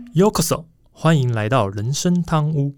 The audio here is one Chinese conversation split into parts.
Yokoso， 欢迎来到人生汤屋。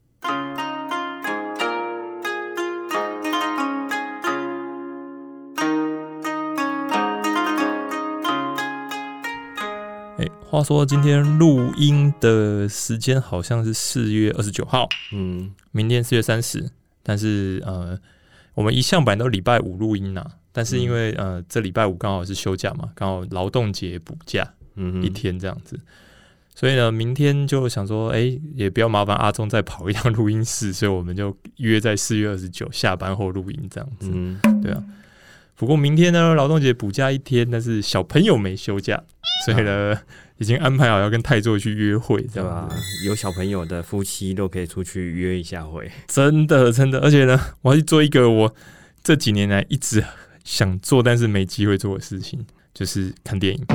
话说今天录音的时间好像是4月29号，明天4月30，但是我们一向本来都礼拜五录音啊，但是因为这礼拜五刚好是休假嘛，刚好劳动节补假一天这样子，所以呢，明天就想说，也不要麻烦阿忠再跑一趟录音室，所以我们就约在4月29下班后录音这样子，对啊。不过明天呢，劳动节补假一天，但是小朋友没休假，所以呢，已经安排好要跟泰座去约会，这样子。 有小朋友的夫妻都可以出去约一下会， 真的，而且呢，我要去做一个我这几年来一直想做但是没机会做的事情，就是看电影。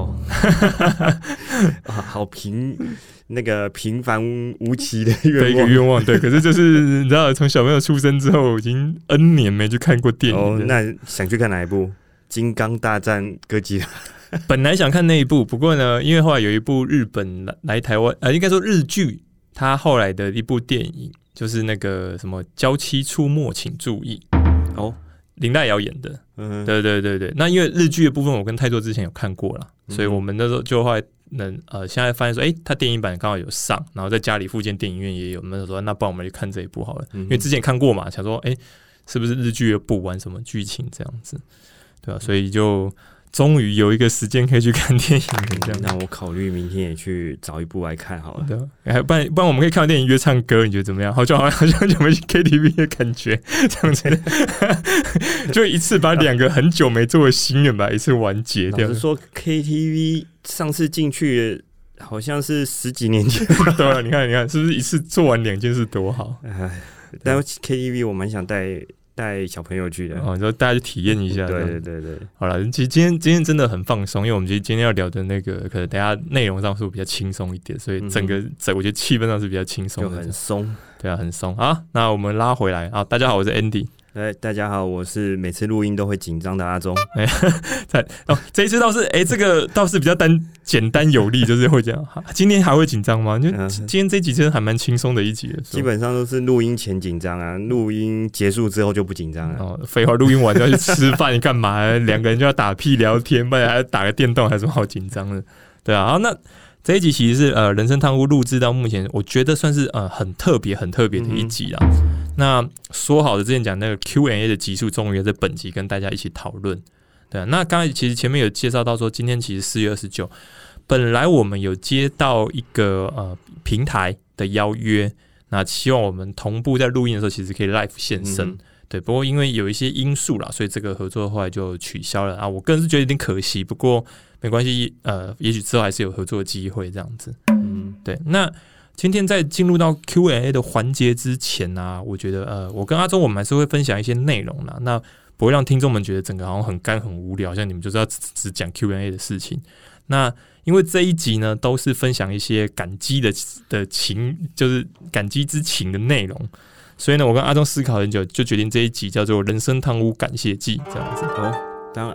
好平凡无奇的愿望， 一个愿望，对。可是就是你知道，从小朋友出生之后，已经 N 年没去看过电影。 那想去看哪一部？金刚大战哥吉拉。 本来想看那一部，不过呢，因为后来有一部日本来台湾，应该说日剧，他后来的一部电影就是那个什么《娇妻出没请注意》林濑遥演的。对。那因为日剧的部分，我跟泰座之前有看过啦，所以我们那时候就后来现在发现说，他电影版刚好有上，然后在家里附近电影院也有，我们说那不然我们去看这一部好了，因为之前看过嘛，想说是不是日剧有补完什么剧情这样子，对吧？所以就终于有一个时间可以去看电影这样。 那我考虑明天也去找一部来看好了。 对，不然我们可以看完电影约唱歌，你觉得怎么样？好像就没去 KTV 的感觉，这样子就一次把2个很久没做的心愿吧一次完结掉。 老实说 KTV 上次进去好像是10几年前。 对啊，你看是不是一次做完2件事多好？ 但 KTV 我蛮想带小朋友去的， 你说大家去体验一下。 对。 好了，其实今天真的很放松，因为我们今天要聊的那个，可能等一下内容上是比较轻松一点，所以整个我觉得气氛上是比较轻松的， 就很松。 对啊，很松啊。那我们拉回来啊，大家好，我是 Andy。 大家好，我是每次录音都会紧张的阿忠。 这一次倒是这个倒是比较简单有力，就是会这样。今天还会紧张吗？就今天这集真的还蛮轻松的一集的， 基本上都是录音前紧张啊，录音结束之后就不紧张了。 废话，录音完就要去吃饭，你干嘛？2个人就要打屁聊天，不然还要打个电动，还有什么好紧张的？对啊，好，那这一集其实是人生汤屋录制到目前，我觉得算是很特别的一集啦。那说好的之前讲那个 Q&A 的集数，终于在本集跟大家一起讨论。对啊，那刚才其实前面有介绍到说，今天其实4月29，本来我们有接到一个平台的邀约，那希望我们同步在录音的时候，其实可以 live 现身。对，不过因为有一些因素啦，所以这个合作后来就取消了啊。我个人是觉得有点可惜，不过没关系，也许之后还是有合作的机会这样子。对，那今天在进入到 Q&A 的环节之前啊，我觉得我跟阿忠我们还是会分享一些内容啦，那不会让听众们觉得整个好像很干很无聊，好像你们就是要只讲 Q&A 的事情。那因为这一集呢都是分享一些感激的情，就是感激之情的内容，所以呢，我跟阿忠思考很久，就决定这一集叫做人生汤屋感谢祭这样子。 当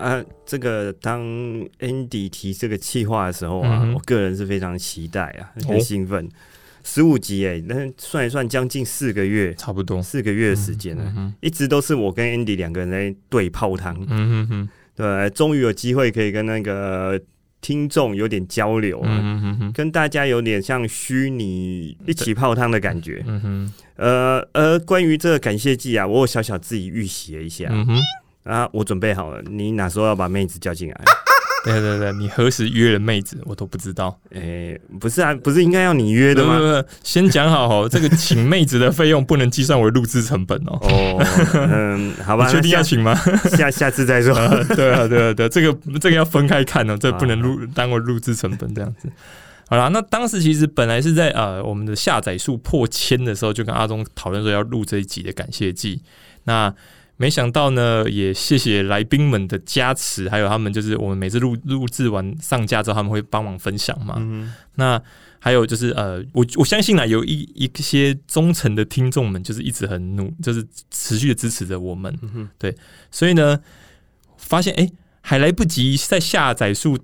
Andy 提这个企划的时候啊，我个人是非常期待啊，很兴奋。15集但算一算将近4个月，差不多4个月的时间了，一直都是我跟 Andy 2个人在对泡汤。对，终于有机会可以跟那个听众有点交流了，跟大家有点像虚拟一起泡汤的感觉。关于这个感谢祭啊，我有小小自己预习了一下。我准备好了，你哪时候要把妹子叫进来？ 对，你何时约了妹子，我都不知道。 不是啊，不是应该要你约的吗？ 不，先讲好这个请妹子的费用不能计算为录制成本哦。 好吧， 你确定要请吗？ 下次再说。 对啊，这个要分开看哦，这不能当为录制成本这样子。好啦，那当时其实本来是在我们的下载数破1000的时候，就跟阿忠讨论说要录这一集的感谢祭。那没想到呢，也谢谢来宾们的加持，还有他们就是我们每次录制完上架之后，他们会帮忙分享嘛。那还有就是我相信啦，有一些忠诚的听众们，就是一直就是持续的支持着我们。对，所以呢，发现还来不及在下载数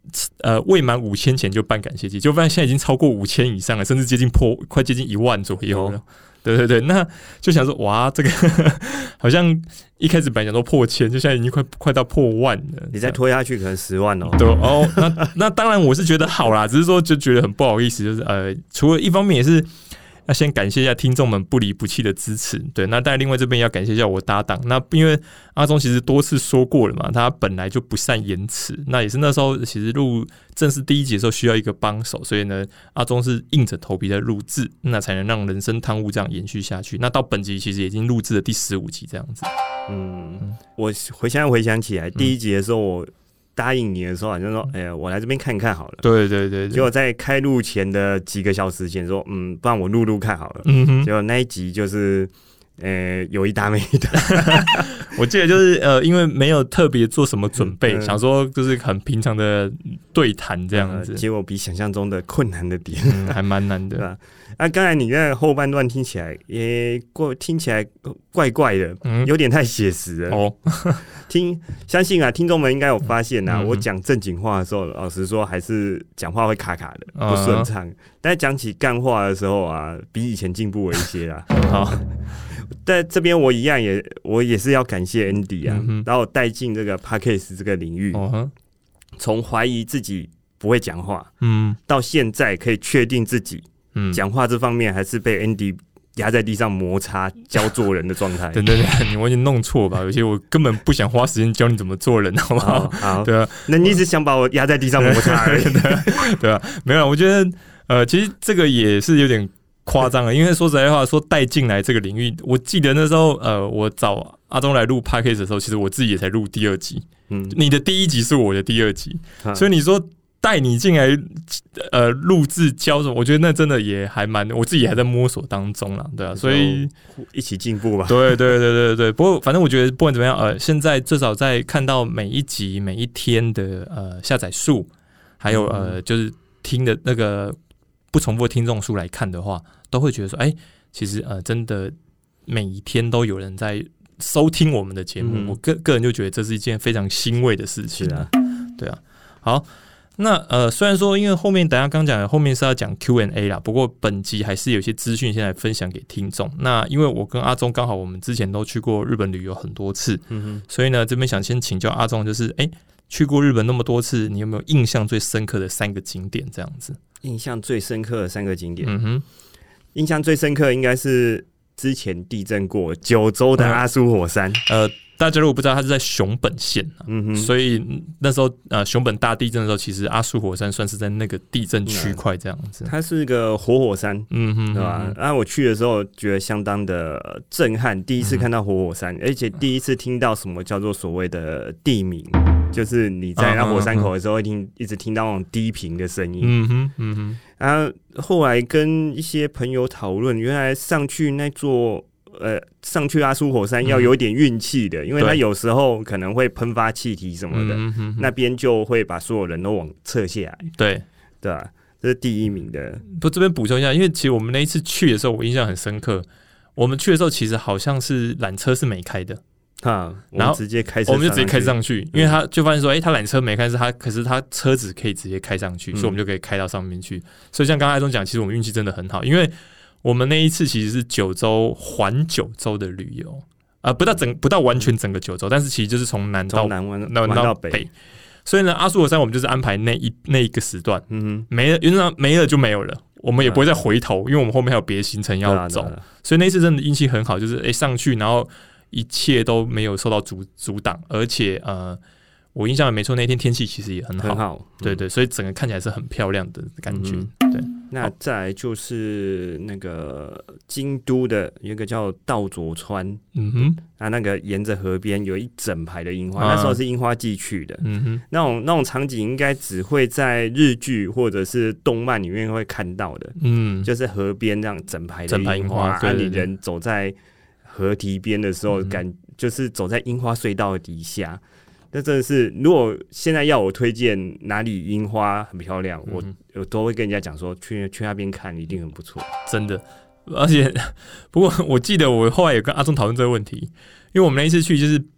未满5000钱就办感谢祭，就发现现在已经超过5000以上了，甚至快接近1万左右了。对对对，那就想说，哇，这个好像一开始本来想说破千，就现在已经快到破万了。 你再拖下去可能10万哦。 对哦，那当然我是觉得好啦，只是说就觉得很不好意思，就是除了一方面也是。要先感谢一下听众们不离不弃的支持，对，那当然另外这边要感谢一下我搭档，那因为阿忠其实多次说过了嘛，他本来就不善言辞，那也是那时候其实录正式第1集的时候需要一个帮手，所以呢，阿忠是硬着头皮在录制，那才能让人生贪污这样延续下去。那到本集其实已经录制了第15集这样子。 我现在回想起来，第1集的时候我答应你的时候，好像说，我来这边看看好了。 对对 对， 结果在开录前的几个小时前说，不然我录看好了。结果那一集就是，有一搭没一搭。 我记得就是因为没有特别做什么准备，想说就是很平常的对谈这样子， 结果比想象中的困难的点， 还蛮难的。 对吧？刚才你那后半段听起来听起来怪怪的，有点太写实了。哦，相信听众们应该有发现我讲正经话的时候，老实说还是讲话会卡卡的，不顺畅。但讲起干话的时候比以前进步了一些啦。好，在这边我也是要感谢 Andy 然后带进这个 Podcast 这个领域，从怀疑自己不会讲话，到现在可以确定自己。讲话这方面还是被 Andy 压在地上摩擦教做人的状态。 对，你完全弄错吧？有些我根本不想花时间教你怎么做人，好不好？ 好， 对啊， 那你只想把我压在地上摩擦而已。 对啊，没有，我觉得其实这个也是有点夸张了，因为说实在话，说带进来这个领域，我记得那时候我找阿忠来录 Podcast 的时候，其实我自己也才录第2集。你的第1集是我的第2集，所以你说。带你进来，录制教什么？我觉得那真的也还蛮，我自己还在摸索当中啦，对啊，所以一起进步吧。 对。不过反正我觉得不管怎么样，现在至少在看到每一集每一天的下载数，还有就是听的那个不重复的听众数来看的话，都会觉得说，其实真的每一天都有人在收听我们的节目，我个人就觉得这是一件非常欣慰的事情。 是啊， 对啊，好。那虽然说因为后面等一下刚讲的后面是要讲 Q&A 啦，不过本集还是有些资讯先来分享给听众。那因为我跟阿忠刚好我们之前都去过日本旅游很多次，所以呢这边想先请教阿忠，就是去过日本那么多次，你有没有印象最深刻的3个景点这样子？ 印象最深刻的3个景点，印象最深刻应该是之前地震过九州的阿苏火山。 大家如果不知道，它是在熊本县所以那时候熊本大地震的时候，其实阿苏火山算是在那个地震区块这样子。 它是一个活火山，对吧？我去的时候觉得相当的震撼，第一次看到活火山，而且第一次听到什么叫做所谓的地鸣，就是你在那火山口的时候会一直听到那种低频的声音。后来跟一些朋友讨论，原来上去那座。上去阿苏火山要有点运气的，因为它有时候可能会喷发气体什么的，那边就会把所有人都往撤下来。对吧？这是第1名的。 不，这边补充一下，因为其实我们那一次去的时候，我印象很深刻。我们去的时候，其实好像是缆车是没开的。 然后直接开车， 我们就直接开上去，因为他就发现说，他缆车没开，可是他车子可以直接开上去，所以我们就可以开到上面去。所以像刚才阿忠讲，其实我们运气真的很好，因为我们那一次其实是九州环九州的旅游，不到完全整个九州，但是其实就是从南到北。所以呢，阿苏火山我们就是安排那一个时段，没了，原来没了就没有了，我们也不会再回头，因为我们后面还有别的行程要走。所以那一次真的运气很好，就是上去然后一切都没有受到阻挡，而且我印象也没错，那天天气其实也很好，对，所以整个看起来是很漂亮的感觉。对， 那再来就是那个京都的有一个叫稻佐川，那个沿着河边有一整排的樱花，那时候是樱花季去的，那种场景应该只会在日剧或者是动漫里面会看到的，就是河边这样整排的樱花，你人走在河堤边的时候，就是走在樱花隧道的底下。那真的是，如果现在要我推荐哪里樱花很漂亮，我都会跟人家讲说，去那边看一定很不错， 真的。而且，不过我记得我后来也跟阿忠讨论这个问题，因为我们那一次去就是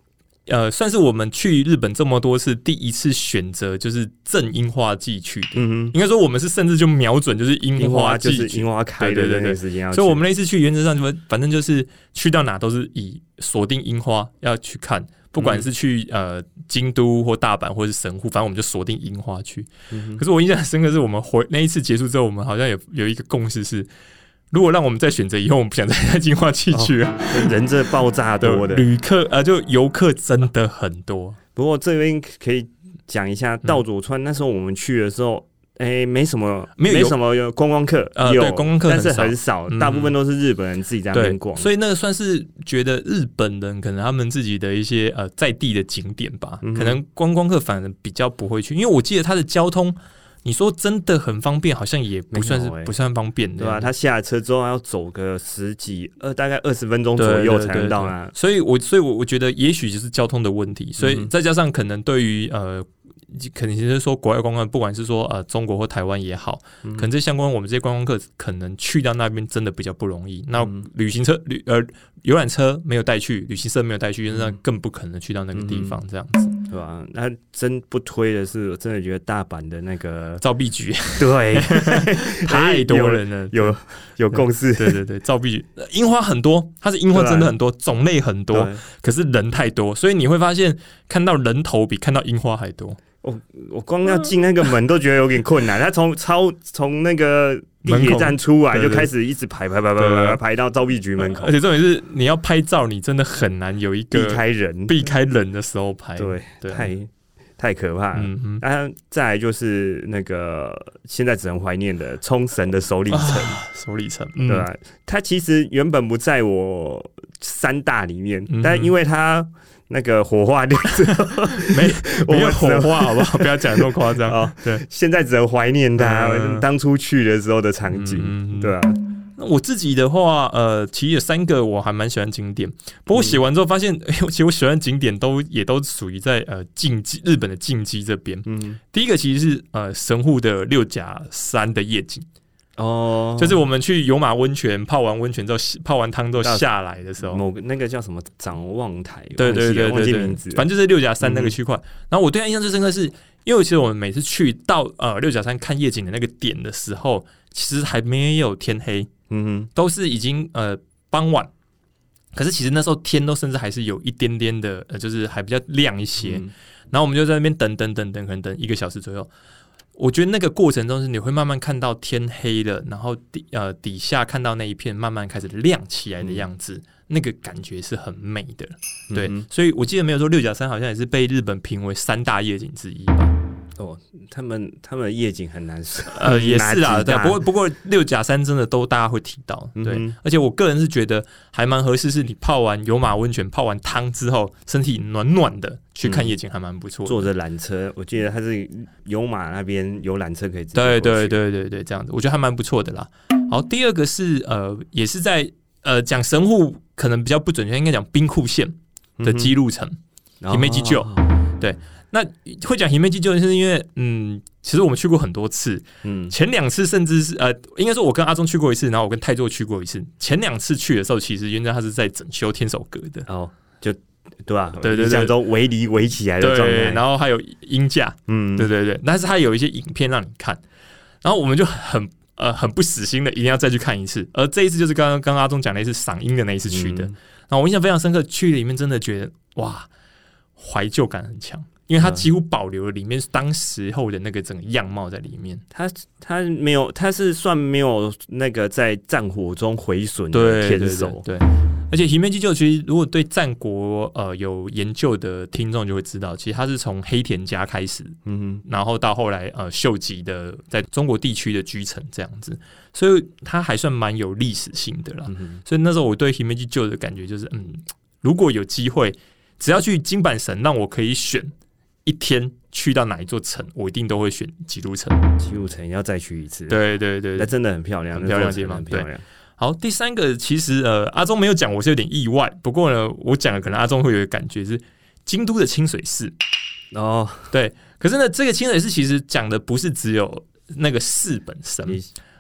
算是我们去日本这么多次第一次选择就是正樱花季去的。应该说我们是甚至就瞄准就是樱花季， 就是樱花开的那个时间要去。 所以我们那次去原则上反正就是去到哪都是以锁定樱花要去看，不管是去京都或大阪或是神户，反正我们就锁定樱花去。可是我印象很深刻是我们那一次结束之后，我们好像有一个共识是，如果让我们再选择以后，我们不想再在樱花季去了。 人这爆炸多的旅客就游客真的很多。 不过这边可以讲一下稻佐川，那时候我们去的时候，没什么观光客， 对，观光客但是很少，大部分都是日本人自己在那边逛。 所以那个算是觉得日本人可能他们自己的一些在地的景点吧，可能观光客反而比较不会去，因为我记得它的交通。你说真的很方便，好像也不算方便的， 对吧？他下车之后要走个大概20分钟左右才能到那。 所以我觉得也许就是交通的问题，所以再加上可能对于可能是说国外观光，不管是说中国或台湾也好，可能这相关我们这些观光客可能去到那边真的比较不容易。那旅行车游览车没有带去，旅行社没有带去，那更不可能去到那个地方这样子， 对吧？那真不推的是，我真的觉得大阪的那个造币局， 对， 太多人了， 有共识， 对，造币局樱花很多，它是樱花真的很多，种类很多，可是人太多，所以你会发现看到人头比看到樱花还多。 我光要进那个门都觉得有点困难，他从那个地铁站出来就开始一直排到造币局门口， 而且重点是你要拍照，你真的很难有一个避开人的时候拍， 对，太可怕了。再来就是那个现在只能怀念的冲绳的首里城，对吧？它其实原本不在我3大里面，但因为它那个火化掉之后， 没有火化，好不好？不要讲那么夸张。对， 现在只能怀念它当初去的时候的场景，对吧？ 我自己的话，其实有3个我还蛮喜欢景点，不过写完之后发现，其实我喜欢景点也都属于在日本的近畿这边。第一个其实是神户的六甲山的夜景。就是我们去有马温泉泡完温泉之后，泡完汤之后下来的时候， 那个叫什么展望台， 对， 忘记名字， 反正就是六甲山那个区块。然后我对他印象最深刻是，因为其实我们每次去到六甲山看夜景的那个点的时候，其实还没有天黑，都是已经傍晚。可是其实那时候天都甚至还是有一点点的，就是还比较亮一些。然后我们就在那边等，可能等1个小时左右。我觉得那个过程中是你会慢慢看到天黑了，然后底下看到那一片慢慢开始亮起来的样子，那个感觉是很美的。对，所以我记得没有说六甲山好像也是被日本评为3大夜景之一吧。 他们的夜景很难说， 也是啊，对。不过六甲山真的都大家会提到，对。而且我个人是觉得还蛮合适，是你泡完有马温泉、泡完汤之后，身体暖暖的去看夜景，还蛮不错的。 坐着缆车，我记得它是有马那边有缆车可以直接过去。对，这样子，我觉得还蛮不错的啦。好，第二个是也是在讲神户可能比较不准确，应该讲兵库县的姬路城 Himeji Jo， 对。那会讲 Himeji Jo 是因为其实我们去过很多次，前2次甚至是应该说我跟阿忠去过一次，然后我跟泰座去过一次。前2次去的时候，其实原来他是在整修天守阁的就对吧？ 对， 讲中围起来的状态， 然后还有鹰架，对，但是他有一些影片让你看，然后我们就很不死心的一定要再去看一次。而这一次就是刚刚阿忠讲的一次赏樱的那一次去的，然后我印象非常深刻，去里面真的觉得哇，怀旧感很强。因为它几乎保留了里面当时候的那个整个样貌在里面， 它没有，它是算没有那个在战火中毁损的天守， 对。而且 Himeji Jo 其实如果对战国有研究的听众就会知道，其实它是从黑田家开始，然后到后来秀吉的在中国地区的居城这样子，所以它还算蛮有历史性的啦。所以那时候我对 Himeji Jo 的感觉就是，如果有机会，只要去金板神，让我可以选。一天去到哪一座城，我一定都会选姬路城。 姬路城要再去一次， 对， 那真的很漂亮， 很漂亮的地方，对。好，第3个其实阿忠没有讲，我是有点意外。不过呢，我讲了，可能阿忠会有一个感觉是京都的清水寺对。可是呢，这个清水寺其实讲的不是只有那个寺本身，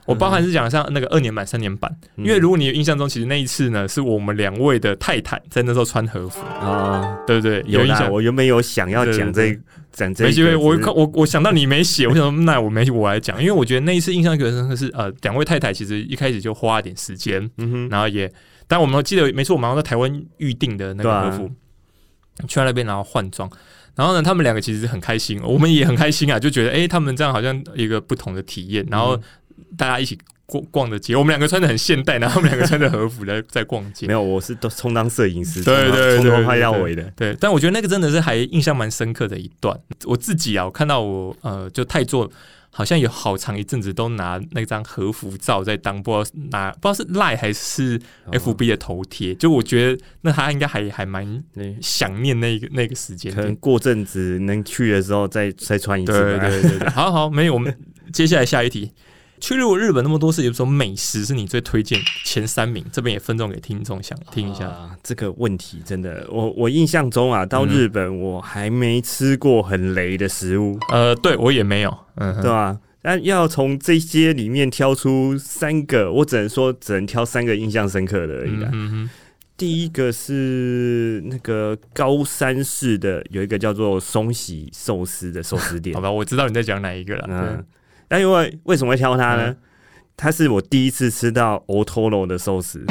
我包含是讲像那个2年版、3年版，因为如果你有印象中，其实那一次呢，是我们2位的太太在那时候穿和服啊，对不对？ 有印象。我原本有想要讲这没机会，我想到你没写，我想说那我来讲，因为我觉得那一次印象最深刻是2位太太其实一开始就花了点时间，然后也，但我们记得没错，我们好像在台湾预定的那个和服，去到那边然后换装。然后呢，他们2个其实很开心，我们也很开心啊，就觉得他们这样好像一个不同的体验，然后大家一起逛的街，我们2个穿的很现代，然后他们2个穿着和服在逛街。 没有，我是都充当摄影师， 对， 从头拍到尾的。 对，但我觉得那个真的是还印象蛮深刻的一段。我自己啊，我看到我就太座好像有好长一阵子都拿那张和服照在当不知道是 LINE 还是 FB 的头贴，就我觉得那他应该还蛮想念那个时间， 可能过阵子能去的时候再穿一次。 对，好，没有，我们接下来下一题。去日本那么多次，有什么美食是你最推荐前3名？这边也分众给听众想听一下。 这个问题真的，我印象中啊，到日本我还没吃过很雷的食物。 对我也没有， 对吧？但要从这些里面挑出3个，我只能挑3个印象深刻的而已啦。第一个是那个高山市的有一个叫做松喜寿司的寿司店。 好吧，我知道你在讲哪一个了。 但因为什么会挑它呢？它是我第一次吃到 Otoro 的寿司，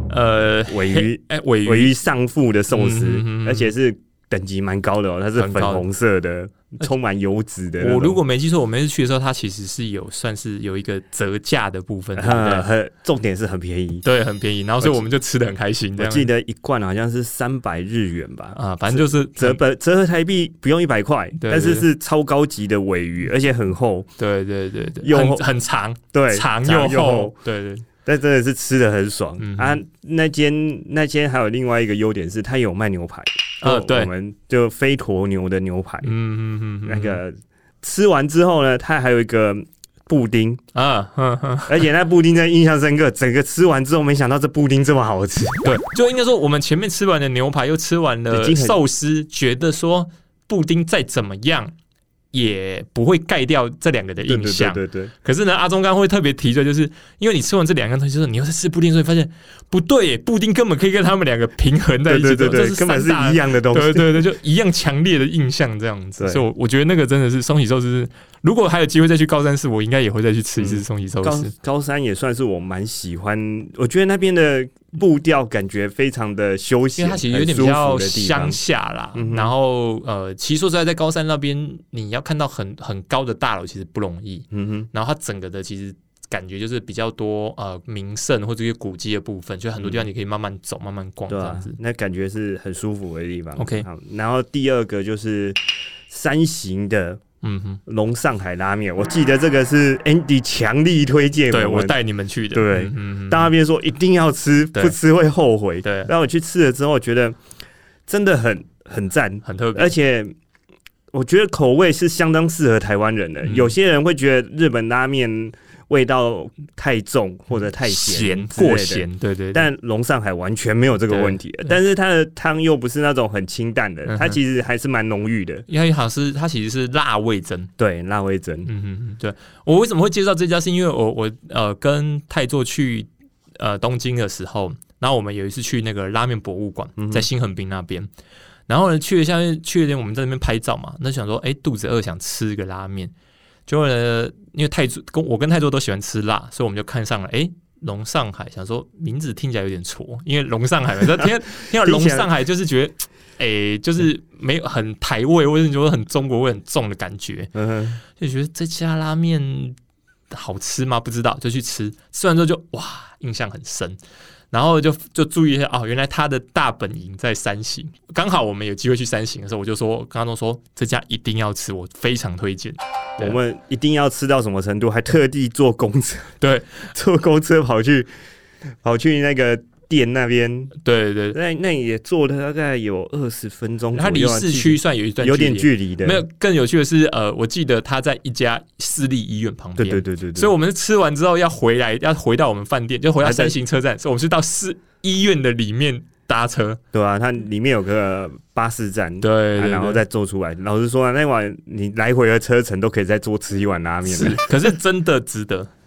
尾鱼上腹的寿司，而且是等级蛮高的哦，它是粉红色的，充满油脂的。 我如果没记错，我每次去的时候，它其实是算是有一个折价的部分， 重点是很便宜， 对，很便宜。然后所以我们就吃得很开心。 我记得一罐好像是300日元吧， 反正就是折合台币不用100块，但是是超高级的尾鱼，而且很厚， 对，又很长，对，长又厚，对。 但真的是吃得很爽啊！那间还有另外一个优点是，它有卖牛排。对，我们就飞驼牛的牛排。那个吃完之后呢，它还有一个布丁而且那布丁真的印象深刻。整个吃完之后，没想到这布丁这么好吃。 对，就应该说我们前面吃完的牛排，又吃完了寿司，觉得说布丁再怎么样也不会盖掉这2个的印象。 对。 可是呢，阿中刚会特别提出，就是因为你吃完这2样东西之后，你又在吃布丁，所以发现不对耶，布丁根本可以跟他们2个平衡在一起。对， 根本是一样的东西。 对，就一样强烈的印象这样子。所以我觉得那个真的是松喜寿司。如果还有机会再去高山市，我应该也会再去吃一次松喜寿司。 高山也算是我蛮喜欢，我觉得那边的步调感觉非常的休闲， 因为它其实有点比较乡下啦。然后其实说实在，在高山那边你要看到很高的大楼其实不容易。然后它整个的其实感觉就是比较多名胜或者一些古迹的部分，就很多地方你可以慢慢走、慢慢逛这样子。 那感觉是很舒服的地方。 OK， 好，然后第2个就是山形的。龙上海拉面，我记得这个是 Andy 强力推荐， 对，我带你们去的， 对，到那边说一定要吃，不吃会后悔。 对， 然后我去吃了之后，觉得真的很赞， 很特别， 而且我觉得口味是相当适合台湾人的。有些人会觉得日本拉面味道太重或者太咸， 过咸，对。 但龙上海完全没有这个问题，但是它的汤又不是那种很清淡的，它其实还是蛮浓郁的。 因为好像是它其实是辣味噌， 对，辣味噌。 对。我为什么会介绍这家？是因为我跟泰座去东京的时候，然后我们有一次去那个拉面博物馆，在新横滨那边。然后呢，去了我们在那边拍照嘛，那想说，肚子饿，想吃个拉面。结果呢，因为我跟泰座都喜欢吃辣，所以我们就看上了龙上海，想说名字听起来有点挫，因为龙上海嘛，听到龙上海就是觉得就是没有很台味，或者觉得很中国味很重的感觉，就觉得这家拉面好吃吗？不知道，就去吃完之后就哇，印象很深。然后就注意一下原来他的大本营在山形，刚好我们有机会去山形的时候，我就说刚刚都说这家一定要吃，我非常推荐。 我们一定要吃到什么程度？还特地坐公车， 对， 坐公车跑去那个店那边， 对， 那也坐了大概有20分钟左右， 它离市区算有点距离的。 没有，更有趣的是，我记得他在一家私立医院旁边。 对。 所以我们是吃完之后要回到我们饭店，就回到山形车站，所以我们是到医院的里面搭车， 对啊，它里面有个巴士站， 对， 然后再坐出来。老实说那晚你来回的车程都可以再多吃一碗拉面。 可是真的值得。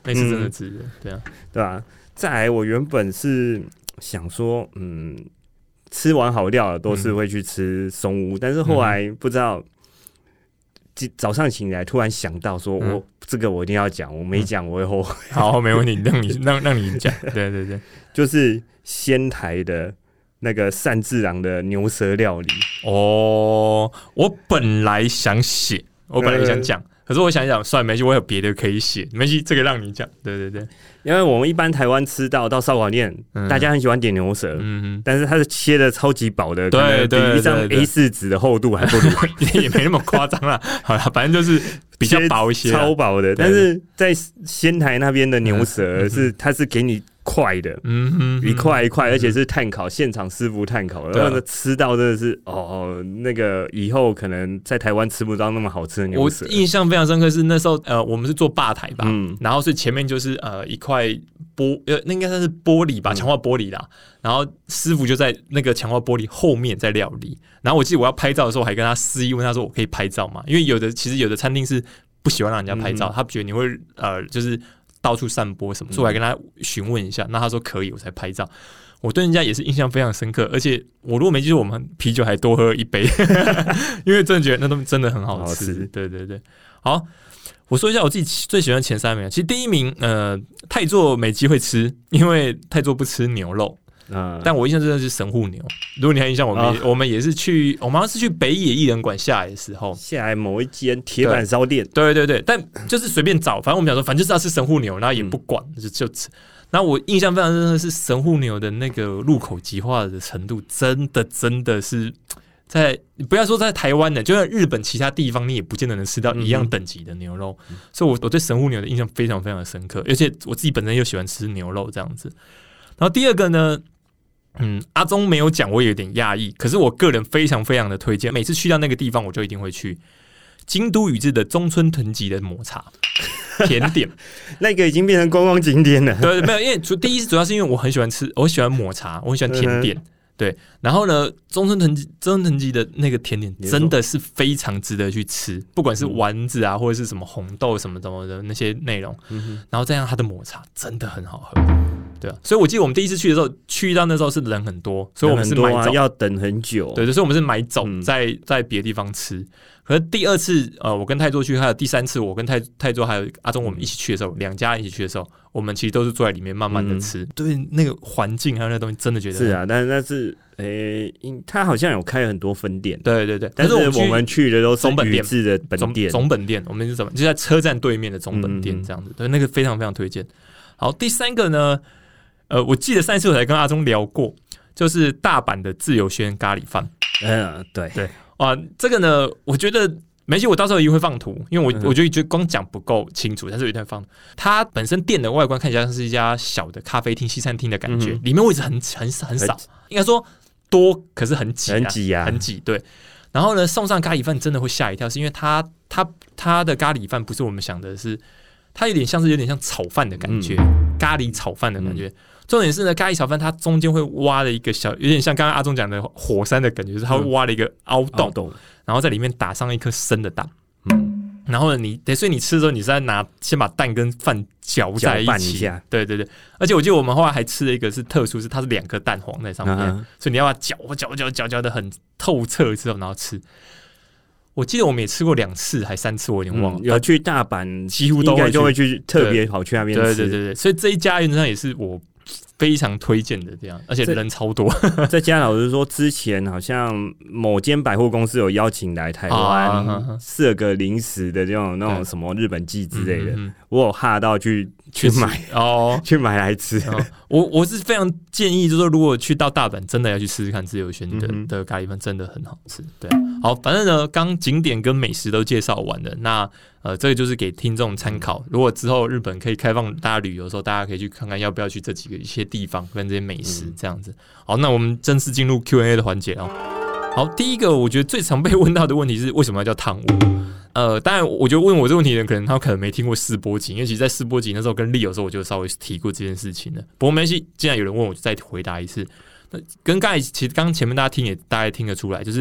那次真的值得，对啊， 对啊。再来，我原本是想说，吃完好料了都是会去吃松屋，但是后来不知道。早上醒来，突然想到说，这个我一定要讲，我没讲我会后悔。 好，没问题，让你讲。对对对， 就是仙台的那个善治郎的牛舌料理。 哦，我本来想写，我本来也想讲。可是我想一想，算了，没关系，我有别的可以写，没关系，这个让你讲。对对对， 因为我们一般台湾吃到烧烤店，大家很喜欢点牛舌，但是它是切的超级薄的， 对对， 比一张 A4 纸的厚度还不如， 也没那么夸张啦。好啦，反正就是比较薄一些， 超薄的。但是在仙台那边的牛舌它是给你块的，一块一块，而且是炭烤，现场师傅炭烤，然后吃到真的是那个以后可能在台湾吃不到那么好吃的牛舌。 我印象非常深刻是那时候我们是做吧台吧，然后是前面就是一块那应该算是玻璃吧，强化玻璃啦。然后师傅就在那个强化玻璃后面在料理。然后我记得我要拍照的时候，我还跟他示意问他说：“我可以拍照吗？”因为其实有的餐厅是不喜欢让人家拍照，他觉得你会就是到处散播什么，所以我还跟他询问一下。那他说可以，我才拍照。我对人家也是印象非常深刻，而且我如果没记错，我们啤酒还多喝一杯，因为真的觉得那东西真的很好吃。对对对，好。我说一下我自己最喜欢前3名。其实第1名，太座没机会吃，因为太座不吃牛肉。但我印象真的是神户牛。如果你还印象，我们也是去，我们好像是去北野艺人馆下来的时候， 下来某一间铁板烧店。 对对对，但就是随便找，反正我们想说，反正就是要吃神户牛，然后也不管，就吃。然后我印象非常深的是神户牛的那个入口即化的程度，真的是。不要说在台湾的，就在日本其他地方，你也不见得能吃到一样等级的牛肉。所以我对神户牛的印象非常非常的深刻，而且我自己本身又喜欢吃牛肉这样子。然后第二个呢，阿中没有讲，我也有点讶异，可是我个人非常非常的推荐，每次去到那个地方，我就一定会去京都宇治的中村藤吉的抹茶甜点， 那个已经变成观光景点了。 对，没有，因为第一主要是因为我很喜欢吃，我喜欢抹茶，我很喜欢甜点。对，然后呢，中村藤吉的那个甜点真的是非常值得去吃，不管是丸子啊，或者是什么红豆什么的那些内容，然后再让它的抹茶真的很好喝，对啊，所以我记得我们第一次去的时候，去到那时候是人很多，所以我们是买走， 要等很久， 对，所以我们是买走，在别的地方吃。可是第2次，我跟泰座去，还有第3次，我跟泰座还有阿中我们一起去的时候，2家人一起去的时候，我们其实都是坐在里面慢慢的吃，对那个环境还有那东西，真的觉得是啊，但是他好像有开很多分店， 对对对， 但是我们去的都是宇治的本店， 总本店，我们是就在车站对面的总本店这样子，对，那个非常非常推荐。好，第3个呢，我记得上一次我才跟阿中聊过，就是大阪的自由轩咖喱饭， 对对。这个呢，我觉得没事，我到时候一定会放图，因为我觉得光讲不够清楚，但是我一定会放。它本身店的外观看起来像是一家小的咖啡厅、西餐厅的感觉，里面位置很少，应该说多，可是很挤，很挤。对。然后呢，送上咖喱饭真的会吓一跳，是因为它的咖喱饭不是我们想的是，它有点像炒饭的感觉，咖喱炒饭的感觉。重点是呢，咖喱炒饭它中间会挖了一个小，有点像刚刚阿中讲的火山的感觉，就是它会挖了一个凹洞，然后在里面打上一颗生的蛋。然后呢，所以你吃的时候，你是在先把蛋跟饭搅在一起。对对对，而且我记得我们后来还吃了一个是特殊，是它是2颗蛋黄在上面，所以你要把它搅的很透彻之后，然后吃。我记得我们也吃过2次还3次，我有点忘了。 有去大阪， 几乎都应该就会去特别跑去那边吃。 对对对对，所以这一家原则上也是我非常推荐的，这样，而且人超多。 再加老实说，之前好像某间百货公司有邀请来台湾设个临时的那种什么日本季之类的，我有哈到去买去买来吃。 我是非常建议，就是说如果去到大阪，真的要去试试看自由轩的咖喱饭，真的很好吃。对，好，反正呢，刚景点跟美食都介绍完了，那这个就是给听众参考。如果之后日本可以开放大家旅游的时候，大家可以去看看要不要去这一些地方跟这些美食这样子。好，那我们正式进入 Q&A 的环节哦。好，第一个我觉得最常被问到的问题是为什么要叫汤屋？当然，我觉得问我这个问题的人，他可能没听过试播集，因为其实在试播集那时候跟Leo的时候，我就稍微提过这件事情了。不过没关系，既然有人问，我就再回答一次。那跟刚才其实刚前面大家听也大概听得出来，就是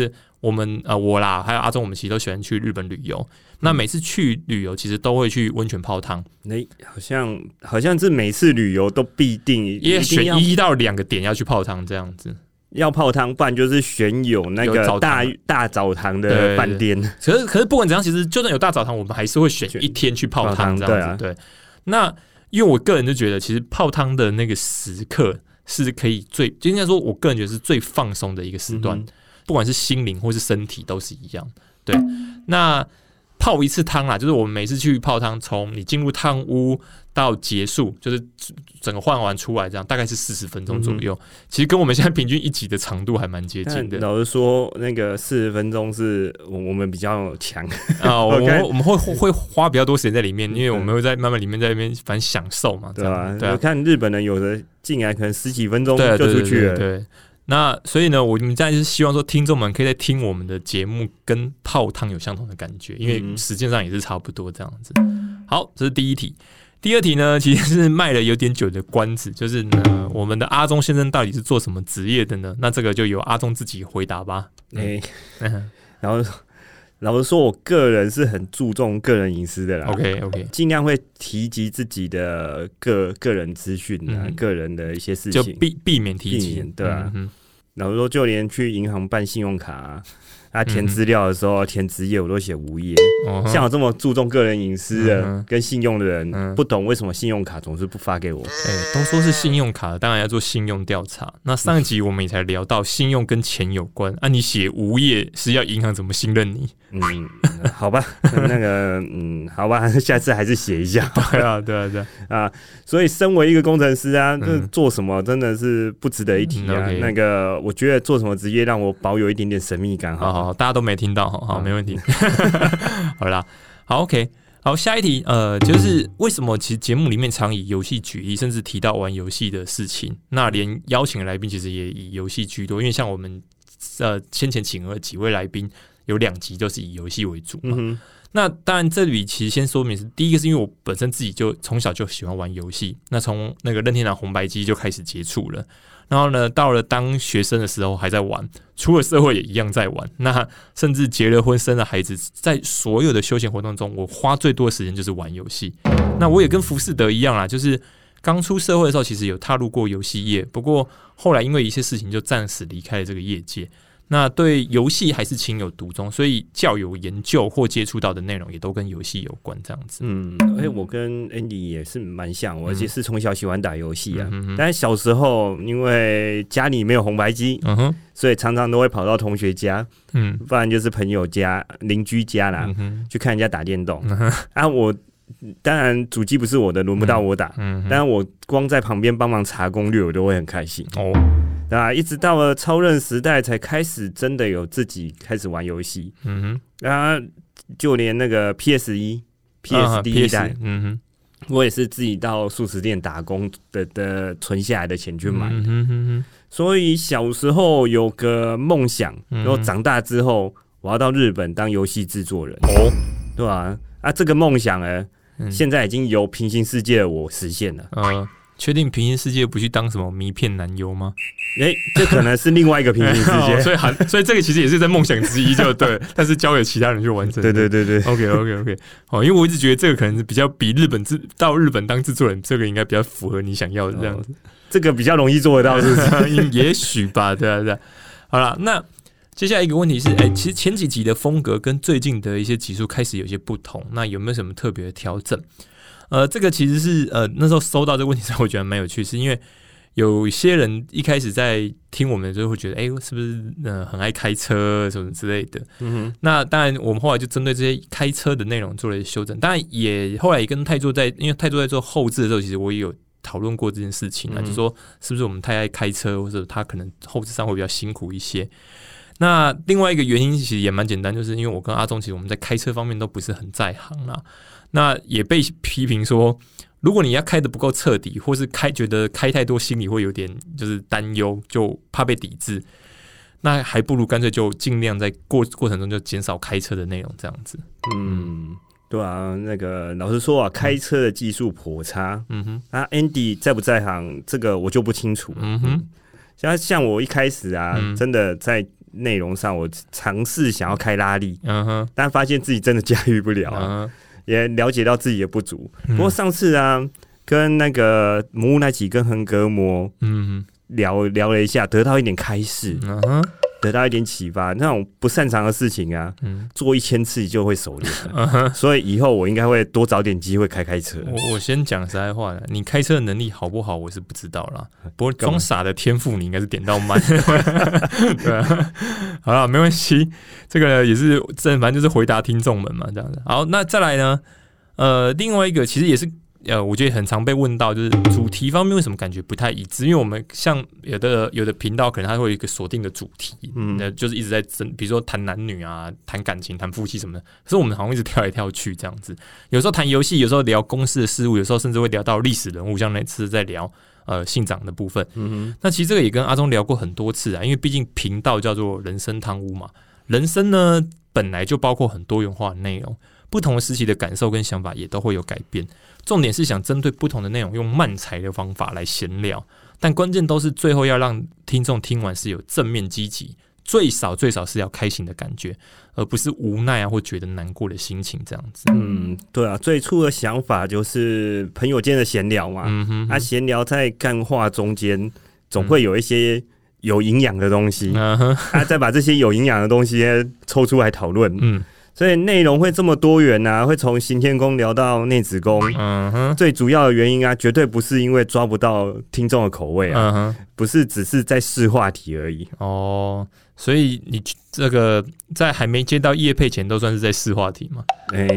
我们我啦，还有阿忠，我们其实都喜欢去日本旅游。那每次去旅游，其实都会去温泉泡汤。 好像是每次旅游都必定也选1到2个点要去泡汤这样子。 要泡汤，不然就是选有那个大澡堂的饭店。 可是不管怎样，其实就算有大澡堂，我们还是会选一天去泡汤这样子。对，那因为我个人就觉得，其实泡汤的那个时刻是可以就应该说，我个人觉得是最放松的一个时段，不管是心灵或是身体都是一样。对，那泡一次汤啦，就是我们每次去泡汤，从你进入汤屋到结束，就是整个换完出来，这样大概是40分钟左右。其实跟我们现在平均一集的长度还蛮接近的。 老实说，那个40分钟是我们比较强啊，我们会花比较多时间在里面，因为我们会在慢慢里面在那边反正享受嘛， 对吧？我看日本人有的进来可能10几分钟就出去了， 对。那所以呢，我们现在就是希望说，听众们可以在听我们的节目跟泡汤有相同的感觉，因为时间上也是差不多这样子。好，这是第一题。第二题呢，其实是卖了有点久的关子，就是呢，我们的阿忠先生到底是做什么职业的呢？那这个就由阿忠自己回答吧。 然后老实说，我个人是很注重个人隐私的啦。 OK， 尽量会提及自己的个人资讯啊，个人的一些事情， 就避免提及， 对啊。老实说，就连去银行办信用卡填资料的时候，填职业我都写无业。像我这么注重个人隐私的跟信用的人，不懂为什么信用卡总是不发给我。 都说是信用卡，当然要做信用调查。那上一集我们也才聊到信用跟钱有关，你写无业是要银行怎么信任你？ 好吧，好吧，下次还是写一下。 对啊，所以身为一个工程师啊，做什么真的是不值得一提啊。那个，我觉得做什么职业让我保有一点点神秘感。 好，大家都没听到，好，没问题。好啦，好 ，OK， 好，下一题，就是为什么其实节目里面常以游戏举例，甚至提到玩游戏的事情，那连邀请的来宾其实也以游戏居多，因为像我们先前请了几位来宾。有2集都是以游戏为主嘛，那当然这里其实先说明是第一个是因为我本身自己就从小就喜欢玩游戏，那从那个任天堂红白机就开始接触了，然后呢到了当学生的时候还在玩，出了社会也一样在玩，那甚至结了婚生了孩子，在所有的休闲活动中，我花最多的时间就是玩游戏。那我也跟浮士德一样啦，就是刚出社会的时候其实有踏入过游戏业，不过后来因为一些事情就暂时离开了这个业界。那对游戏还是情有独钟，所以较有研究或接触到的内容也都跟游戏有关，这样子。 我跟 Andy 也是蛮像，我而且是从小喜欢打游戏啊。但是小时候因为家里没有红白机，所以常常都会跑到同学家，不然就是朋友家、邻居家啦，去看人家打电动。我当然主机不是我的，轮不到我打，但是我光在旁边帮忙查攻略，我都会很开心。一直到了超任时代才开始真的有自己开始玩游戏。就连那个 PS1、PS 第一代，我也是自己到速食店打工的存下来的钱去买。所以小时候有个梦想，然后长大之后我要到日本当游戏制作人。对吧？这个梦想呢，现在已经由平行世界的我实现了。 确定平行世界不去当什么迷片男优吗？ 这可能是另外一个平行世界。 所以这个其实也是在梦想之一，就对。但是交给其他人去完成。 对。 OK。因为我一直觉得这个可能是比较比到日本当制作人，这个应该比较符合你想要的这样子。 这个比较容易做得到，是不是？ 也许吧，对啊。好了，那接下来一个问题是，其实前几集的风格跟最近的一些集数开始有些不同，那有没有什么特别的调整？这个其实是那时候收到这个问题之后，我觉得蛮有趣，是因为有些人一开始在听我们的时候会觉得，是不是很爱开车什么之类的。那当然，我们后来就针对这些开车的内容做了修正。当然，也后来也跟泰座因为泰座在做后制的时候，其实我也有讨论过这件事情就说是不是我们太爱开车，或者他可能后制上会比较辛苦一些。那另外一个原因其实也蛮简单，就是因为我跟阿忠其实我们在开车方面都不是很在行啦。那也被批评说，如果你要开得不够彻底，或是觉得开太多心里会有点就是担忧，就怕被抵制，那还不如干脆就尽量在过程中就减少开车的内容，这样子。 对啊，那个老实说啊，开车的技术颇差。Andy 在不在行，这个我就不清楚。像我一开始啊，真的在内容上，我尝试想要开拉力，但发现自己真的驾驭不了，也了解到自己的不足。不过上次啊，跟那个魔物那集跟横膈膜聊了一下，得到一点开示，得到一点启发。那种不擅长的事情啊，做1000次就会熟练，所以以后我应该会多找点机会开车。 我先讲实在话，你开车的能力好不好，我是不知道啦。不过装傻的天赋，你应该是点到满。对啊，好了，没关系，这个也是反正就是回答听众们嘛，这样子。好，那再来呢？另外一个其实也是。我觉得很常被问到，就是主题方面为什么感觉不太一致？因为我们像有的频道可能它会有一个锁定的主题，就是一直在比如说谈男女啊、谈感情、谈夫妻什么的。可是我们好像一直跳来跳去这样子，有时候谈游戏，有时候聊公司的事务，有时候甚至会聊到历史人物，像那次在聊信长的部分。那其实这个也跟阿忠聊过很多次啊，因为毕竟频道叫做人生汤屋嘛，人生呢本来就包括很多元化的内容。不同时期的感受跟想法也都会有改变，重点是想针对不同的内容用漫才的方法来闲聊，但关键都是最后要让听众听完是有正面积极，最少是要开心的感觉，而不是无奈啊或觉得难过的心情这样子。 对啊，最初的想法就是朋友间的闲聊嘛，闲聊在干话中间总会有一些有营养的东西，再把这些有营养的东西抽出来讨论。所以内容会这么多元啊，会从行天宫聊到内子宫。最主要的原因啊，绝对不是因为抓不到听众的口味啊，不是只是在试话题而已。 所以你这个在还没接到业配前，都算是在试话题吗？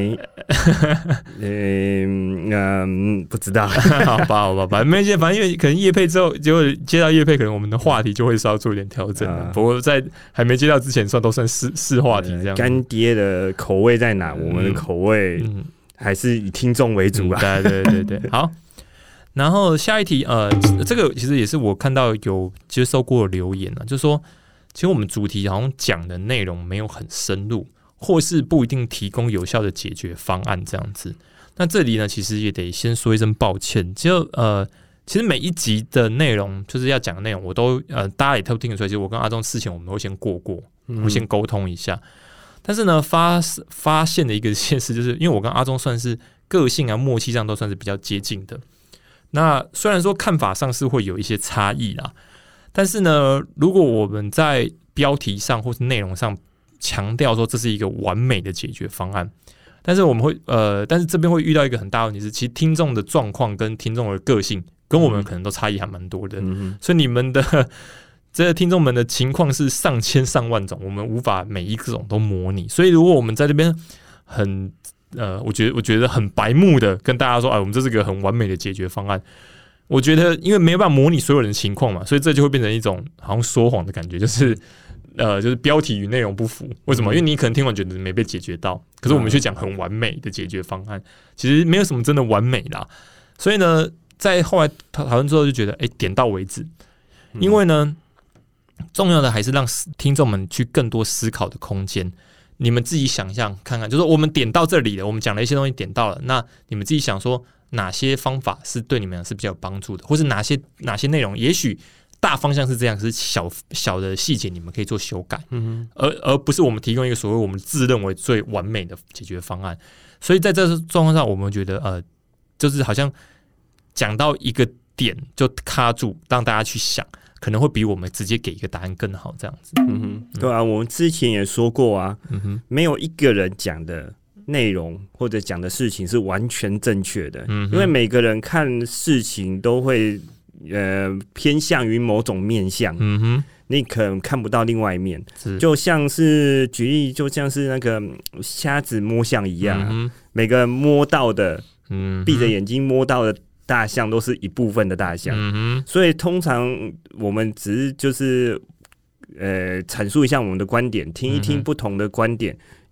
不知道。 好吧，反正因为可能业配之后，结果接到业配，可能我们的话题就会稍微做一点调整。不过在还没接到之前，都算试话题这样。 干爹的口味在哪？我们的口味还是以听众为主啊。 对，好。然后下一题，这个其实也是我看到有接收过的留言啊，就是说。其实我们主题好像讲的内容没有很深入，或是不一定提供有效的解决方案这样子。那这里呢，其实也得先说一声抱歉。其实每一集的内容，就是要讲的内容，我都大家也都听得出来。其实我跟阿忠事前我们会先过，会先沟通一下。但是呢，发现的一个现实就是，因为我跟阿忠算是个性啊、默契上都算是比较接近的。那虽然说看法上是会有一些差异啦。但是呢，如果我们在标题上或是内容上强调说这是一个完美的解决方案，但是我们会但是这边会遇到一个很大的问题是，其实听众的状况跟听众的个性跟我们可能都差异还蛮多的，所以你们的这听众们的情况是上千上万种，我们无法每一种都模拟。所以如果我们在这边很我觉得很白目的跟大家说，我们这是个很完美的解决方案。我觉得，因为没有办法模拟所有人的情况嘛，所以这就会变成一种好像说谎的感觉，就是标题与内容不符。为什么？因为你可能听完觉得没被解决到，可是我们却讲很完美的解决方案，其实没有什么真的完美啦。所以呢，在后来讨论之后，就觉得点到为止。因为呢，重要的还是让听众们去更多思考的空间。你们自己想象看看，就是我们点到这里了，我们讲了一些东西点到了，那你们自己想说。哪些方法是对你们是比较有帮助的，或是哪些内容，也许大方向是这样，可是小的细节你们可以做修改，而不是我们提供一个所谓我们自认为最完美的解决方案。所以在这个状况上，我们觉得就是好像讲到一个点就卡住，让大家去想，可能会比我们直接给一个答案更好。这样子， 对啊，我们之前也说过啊，没有一个人讲的。内容或者讲的事情是完全正确的，因为每个人看事情都会偏向于某种面向，你可能看不到另外一面，就像是举例，就像是那个瞎子摸象一样，每个人摸到的，闭着眼睛摸到的大象都是一部分的大象，所以通常我们只是就是阐述一下我们的观点，听一听不同的观点。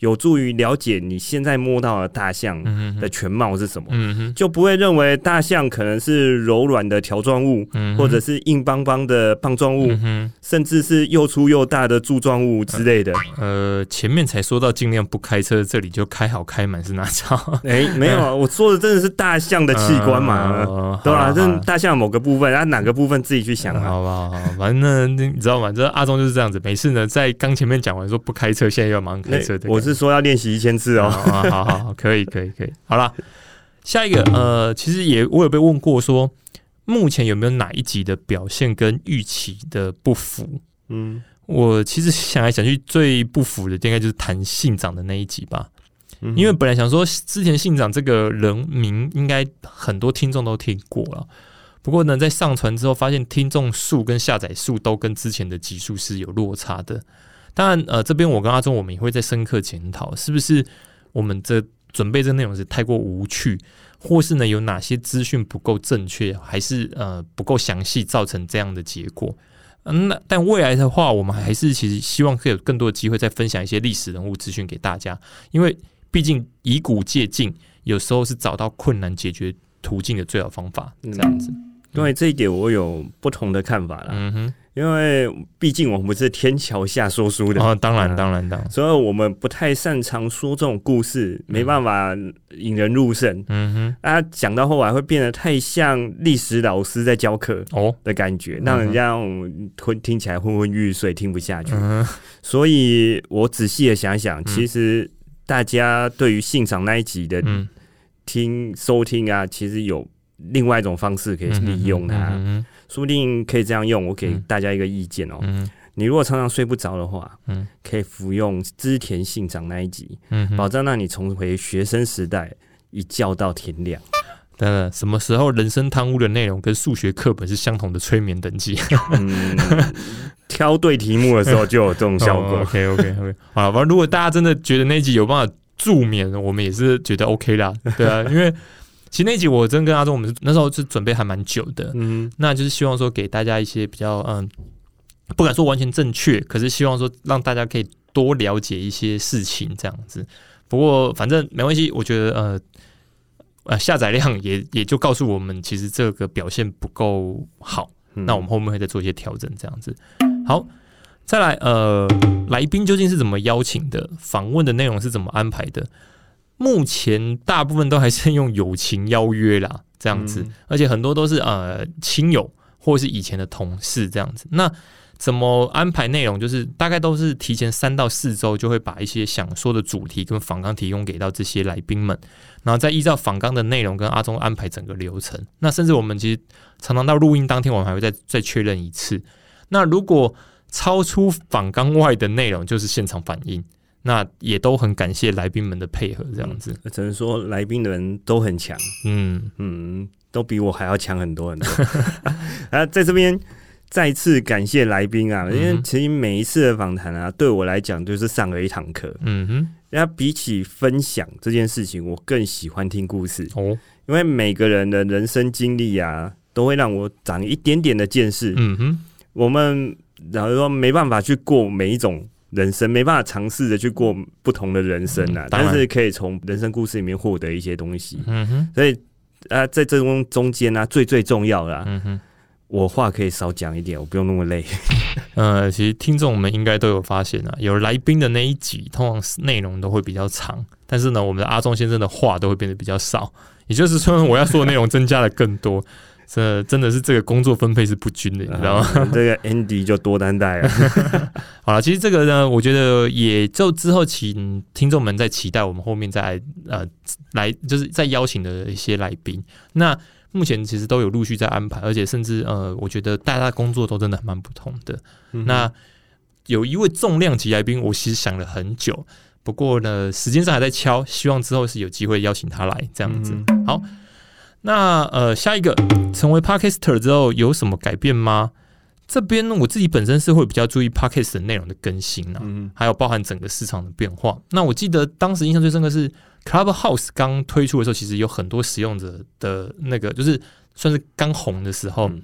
有助于了解你现在摸到的大象的全貌是什么，就不会认为大象可能是柔软的条状物，或者是硬邦邦的棒状物，甚至是又粗又大的柱状物之类的。 前面才说到尽量不开车，这里就开好开满是哪招？ 没有啊，我说的真的是大象的器官嘛，对吧？这大象某个部分，哪个部分自己去想啊。 好吧，反正你知道吗？这阿忠就是这样子，每次呢在刚前面讲完说不开车，现在又要马上开车的。 我是说要练习1000次哦。 好，可以。好啦，下一个其实我有被问过说，目前有没有哪一集的表现跟预期的不符？我其实想来想去，最不符的应该就是谈信长的那一集吧。因为本来想说之前信长这个人名应该很多听众都听过了。不过呢，在上传之后，发现听众数跟下载数都跟之前的集数是有落差的。当然，这边我跟阿忠我们也会再深刻检讨，是不是我们这准备这内容是太过无趣，或是呢有哪些资讯不够正确，还是不够详细，造成这样的结果。但未来的话，我们还是其实希望可以有更多的机会再分享一些历史人物资讯给大家，因为毕竟以古借今，有时候是找到困难解决途径的最好方法，这样子。 因为这一点我有不同的看法啦。因为毕竟我们不是天桥下说书的当然， 所以我们不太擅长说这种故事，没办法引人入胜。讲到后来会变得太像历史老师在教课的感觉，让人家听起来昏昏欲睡，听不下去。所以我仔细的想想，其实大家对于信长那一集的收听啊，其实有另外一种方式可以利用它。说不定可以这样用，我给大家一个意见哦。你如果常常睡不着的话，可以服用织田信长那一集，保障让你重回学生时代，一觉到天亮。 什么时候人生贪污的内容跟数学课本是相同的催眠等级？ 挑对题目的时候就有这种效果。 OK， 好了，反正如果大家真的觉得那一集有办法助眠，我们也是觉得 OK 啦。对啊，因为其实那一集我真跟阿忠，我们那时候是准备还蛮久的，那就是希望说给大家一些比较不敢说完全正确，可是希望说让大家可以多了解一些事情这样子。不过反正没关系，我觉得下载量也就告诉我们，其实这个表现不够好，那我们后面会再做一些调整这样子。好，再来来宾究竟是怎么邀请的？访问的内容是怎么安排的？目前大部分都还是用友情邀约啦，这样子，而且很多都是亲友或是以前的同事这样子。那怎么安排内容？就是大概都是提前3到4周就会把一些想说的主题跟访纲提供给到这些来宾们，然后再依照访纲的内容跟阿忠安排整个流程。那甚至我们其实常常到录音当天，我们还会再确认一次。那如果超出访纲外的内容，就是现场反应。那也都很感谢来宾们的配合，这样子。 只能说来宾的人都很强，都比我还要强很多很多。在这边再次感谢来宾啊，因为其实每一次的访谈啊，对我来讲就是上了一堂课。那比起分享这件事情，我更喜欢听故事因为每个人的人生经历啊，都会让我长一点点的见识。我们然后说没办法去过每一种人生，没办法尝试着去过不同的人生啊，但是可以从人生故事里面获得一些东西。所以在这中间啊，最重要啦，我话可以少讲一点，我不用那么累。 其实听众们应该都有发现啊，有来宾的那一集，通常内容都会比较长，但是呢，我们的阿忠先生的话都会变得比较少，也就是说，我要说的内容增加了更多。真的是这个工作分配是不均的，你知道吗？ 这个 Andy 就多担待了。 好了，其实这个呢，我觉得也就之后请听众们在期待我们后面再来就是再邀请的一些来宾。那目前其实都有陆续在安排，而且甚至我觉得大家的工作都真的蛮不同的。那有一位重量级来宾，我其实想了很久，不过呢，时间上还在敲，希望之后是有机会邀请他来这样子。好。那下一个成为 Podcaster 之后有什么改变吗？这边我自己本身是会比较注意 Podcast 的内容的更新还有包含整个市场的变化。那我记得当时印象最深刻是 Clubhouse 刚推出的时候，其实有很多使用者的那个就是算是刚红的时候，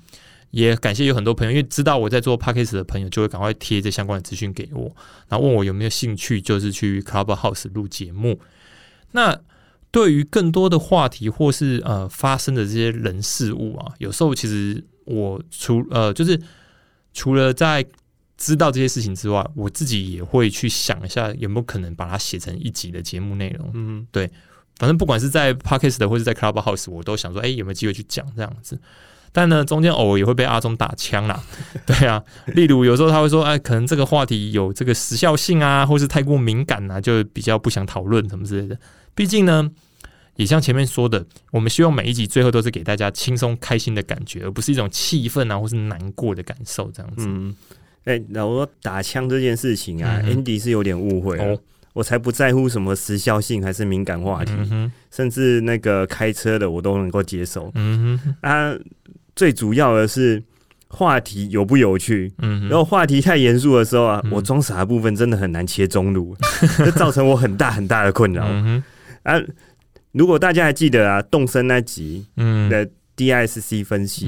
也感谢有很多朋友，因为知道我在做 Podcast 的朋友，就会赶快贴这相关的资讯给我，然后问我有没有兴趣，就是去 Clubhouse 录节目。那对于更多的话题或是发生的这些人事物啊，有时候其实我就是除了在知道这些事情之外，我自己也会去想一下有没有可能把它写成一集的节目内容。对，反正不管是在 Podcast 的或是在 Clubhouse， 我都想说，有没有机会去讲这样子。但呢，中间偶尔也会被阿中打枪啦，对啊，例如有时候他会说，可能这个话题有这个时效性啊，或是太过敏感啊，就比较不想讨论什么之类的。毕竟呢，也像前面说的，我们希望每一集最后都是给大家轻松开心的感觉，而不是一种气愤啊或是难过的感受这样子。 然后打枪这件事情啊，Andy 是有点误会了。我才不在乎什么时效性还是敏感话题，甚至那个开车的我都能够接受。最主要的是话题有不有趣。然后话题太严肃的时候啊，我装傻的部分真的很难切中路，这造成我很大很大的困扰。如果大家还记得啊，动森那集的 DISC 分析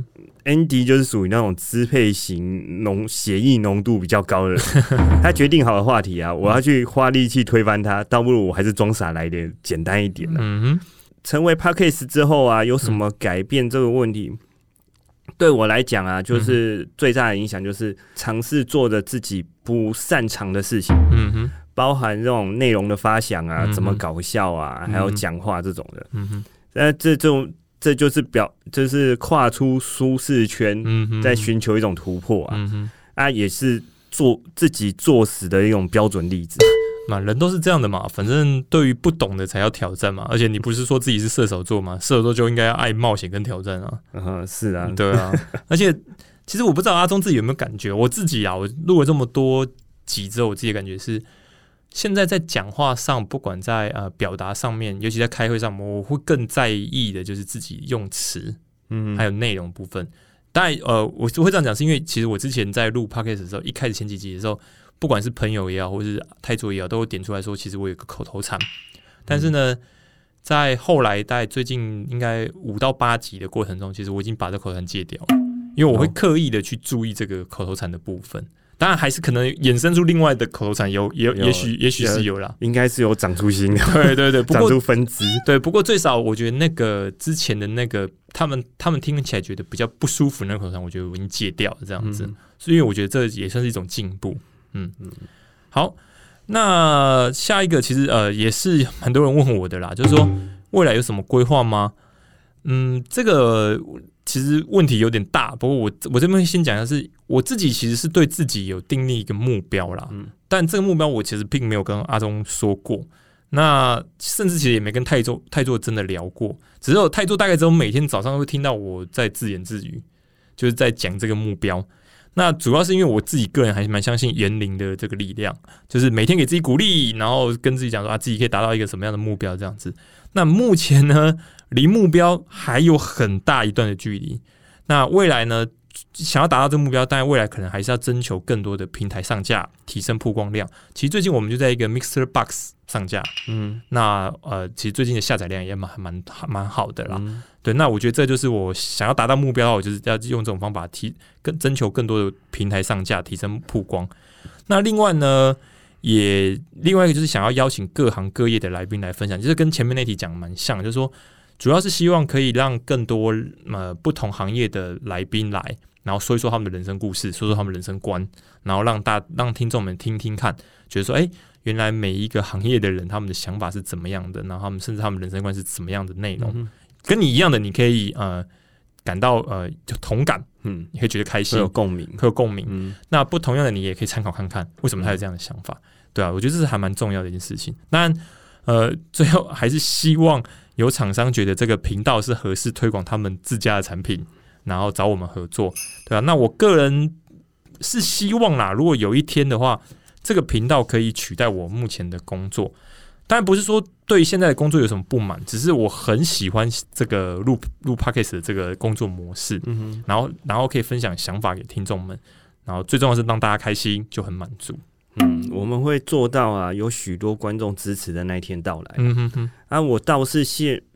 ，Andy 就是属于那种支配型血液浓度比较高的人。他决定好的话题啊，我要去花力气推翻他，倒不如我还是装傻来点简单一点。成为 Podcast 之后啊，有什么改变这个问题？对我来讲啊，就是最大的影响就是尝试做着自己不擅长的事情。包含这种内容的发想啊，怎么搞笑啊，还有讲话这种的。这就是跨出舒适圈，在寻求一种突破啊。也是自己作死的一种标准例子。 人都是这样的嘛，反正对于不懂的才要挑战嘛。而且你不是说自己是射手座吗？射手座就应该要爱冒险跟挑战啊。 是啊， 对啊。而且其实我不知道阿中自己有没有感觉，我自己啊，我录了这么多集之后，我自己的感觉是，现在在讲话上，不管在表达上面，尤其在开会上，我会更在意的就是自己用词，还有内容部分。当然，我会这样讲，是因为其实我之前在录 Podcast 的时候，一开始前几集的时候，不管是朋友也好，或是太座也好，都会点出来说，其实我有个口头禅。但是呢，在后来大概最近应该5到8集的过程中，其实我已经把这口头禅戒掉了，因为我会刻意的去注意这个口头禅的部分。当然还是可能衍生出另外的口头禅，也许是有啦， 应该是有长出新的， 对，不过长出分支， 对，不过最少我觉得那个之前的那个他们听起来觉得比较不舒服的那个口头禅，我觉得我已经戒掉了这样子，所以我觉得这也算是一种进步。好，那下一个其实也是很多人问我的啦，就是说未来有什么规划吗？这个其实问题有点大，不过我这边先讲的是，我自己其实是对自己有订立一个目标啦，但这个目标我其实并没有跟阿中说过，那甚至其实也没跟太座真的聊过，只是有太座大概只有每天早上会听到我在自言自语，就是在讲这个目标。那主要是因为我自己个人还是蛮相信言灵的这个力量，就是每天给自己鼓励，然后跟自己讲说自己可以达到一个什么样的目标这样子。那目前呢，离目标还有很大一段的距离。那未来呢，想要达到这个目标，当然未来可能还是要征求更多的平台上架，提升曝光量。其实最近我们就在一个 Mixer Box 上架，那其实最近的下载量也蛮好的啦。对，那我觉得这就是我想要达到目标的话，我就是要用这种方法征求更多的平台上架，提升曝光。那另外呢，另外一个就是想要邀请各行各业的来宾来分享，就是跟前面那题讲蛮像，就是说主要是希望可以让更多不同行业的来宾来，然后说一说他们的人生故事，说说他们人生观，然后让听众们听听看，觉得说原来每一个行业的人他们的想法是怎么样的，然后他们甚至他们人生观是怎么样的内容，跟你一样的，你可以感到就同感，你会觉得开心，会有共鸣，那不同样的你也可以参考看看为什么他有这样的想法，对啊，我觉得这是还蛮重要的一件事情。当然最后还是希望有厂商觉得这个频道是合适推广他们自家的产品，然后找我们合作，对啊，那我个人是希望啦，如果有一天的话，这个频道可以取代我目前的工作。当然不是说对现在的工作有什么不满，只是我很喜欢这个录 Podcast 的这个工作模式，然后可以分享想法给听众们，然后最重要的是让大家开心，就很满足。 我们会做到有许多观众支持的那一天到来。我倒是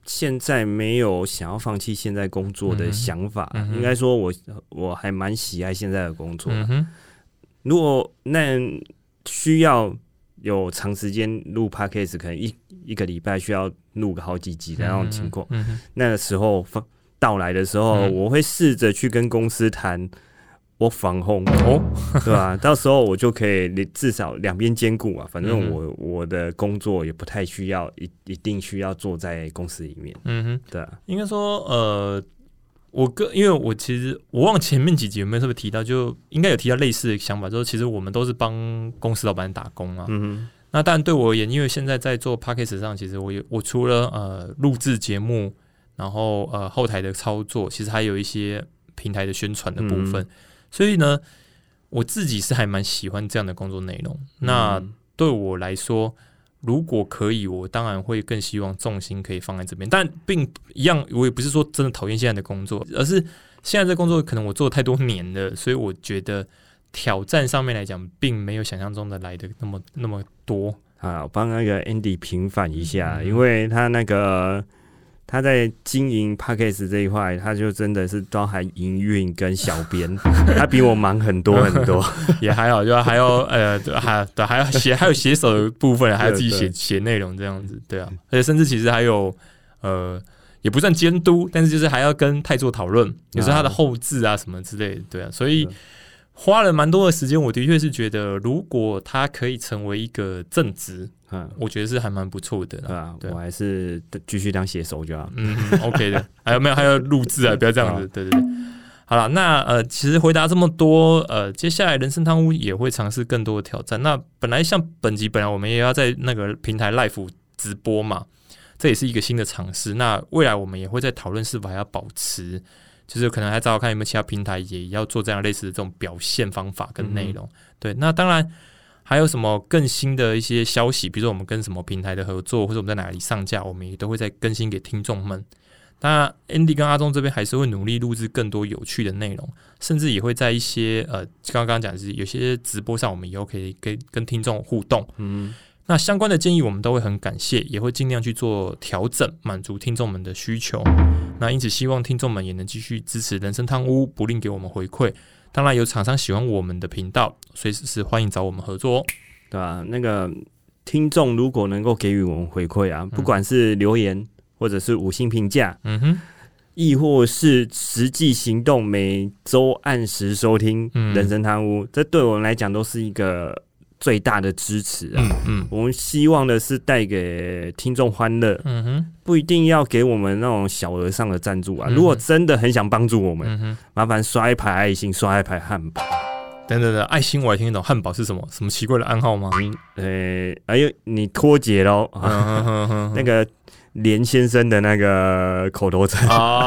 现在没有想要放弃现在工作的想法，应该说我还蛮喜爱现在的工作。如果那需要有长时间录 podcast， 可能一个礼拜需要录个好几集的那种情况，那个时候到来的时候，我会试着去跟公司谈work from home，对吧？到时候我就可以至少两边兼顾嘛。反正我的工作也不太需要一定需要坐在公司里面。对啊， 应该说因为我其实我忘前面几集有没有特别提到，就应该有提到类似的想法，就是其实我们都是帮公司老板打工啊。那当然对我而言，因为现在在做 podcast 上，其实我除了录制节目，然后后台的操作，其实还有一些平台的宣传的部分。所以呢，我自己是还蛮喜欢这样的工作内容。那对我来说，如果可以，我当然会更希望重心可以放在这边。但并一样，我也不是说真的讨厌现在的工作，而是现在这工作可能我做了太多年了，所以我觉得挑战上面来讲，并没有想象中的来的那么多。 我帮那个 Andy 平反一下，因为他在经营 Podcast 这一块，他就真的是包含营运跟小编，他比我忙很多很多， 也还好，就还要还有写手的部分，还要自己写内容这样子，对啊，而且甚至其实还有也不算监督，但是就是还要跟太做讨论，有时候他的后制啊什么之类的，对啊，所以花了蛮多的时间。我的确是觉得，如果他可以成为一个正职，我觉得是还蛮不错的啦。 对啊，我还是继续当写手就好。 OK 的。还有录制啊，不要这样子。对。好了，那其实回答这么多，接下来人生汤屋也会尝试更多的挑战。那本来本集我们也要在那个平台 live 直播嘛，这也是一个新的尝试。那未来我们也会在讨论是否还要保持，就是可能还找看有没有其他平台也要做这样类似的这种表现方法跟内容。对，那当然。还有什么更新的一些消息，比如说我们跟什么平台的合作，或者我们在哪里上架，我们也都会再更新给听众们。当然 Andy 跟阿忠这边还是会努力录制更多有趣的内容，甚至也会在一些刚刚讲的是有些直播上，我们以后可以跟听众互动。那相关的建议我们都会很感谢，也会尽量去做调整，满足听众们的需求。那因此希望听众们也能继续支持人生汤屋，不吝给我们回馈。当然有厂商喜欢我们的频道，随时是欢迎找我们合作对吧？那个听众如果能够给予我们回馈啊，不管是留言或者是5星评价，亦或是实际行动，每周按时收听人生汤屋，这对我们来讲都是一个最大的支持啊！我们希望的是带给听众欢乐，不一定要给我们那种小额上的赞助啊。如果真的很想帮助我们，麻烦刷一排爱心，刷一排汉堡。 等，爱心我还听得懂，汉堡是什么？什么奇怪的暗号吗？ 你脱节喽！那个连先生的那个口头禅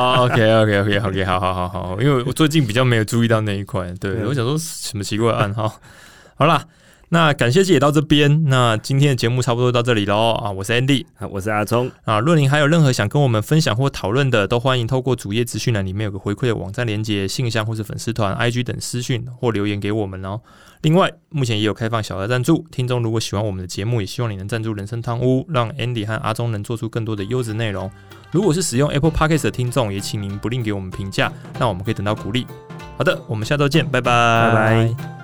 OK， 好，因为我最近比较没有注意到那一块，对，我想说什么奇怪的暗号。好啦，那感谢也到这边，那今天的节目差不多到这里咯啊！我是 Andy， 我是阿忠啊。若您还有任何想跟我们分享或讨论的，都欢迎透过主页资讯栏里面有个回馈的网站连结、信箱或是粉丝团、IG 等私讯或留言给我们哦。另外，目前也有开放小额赞助，听众如果喜欢我们的节目，也希望你能赞助人生汤屋，让 Andy 和阿忠能做出更多的优质内容。如果是使用 Apple Podcast 的听众，也请您不吝给我们评价，让我们可以得到鼓励。好的，我们下周见，拜拜。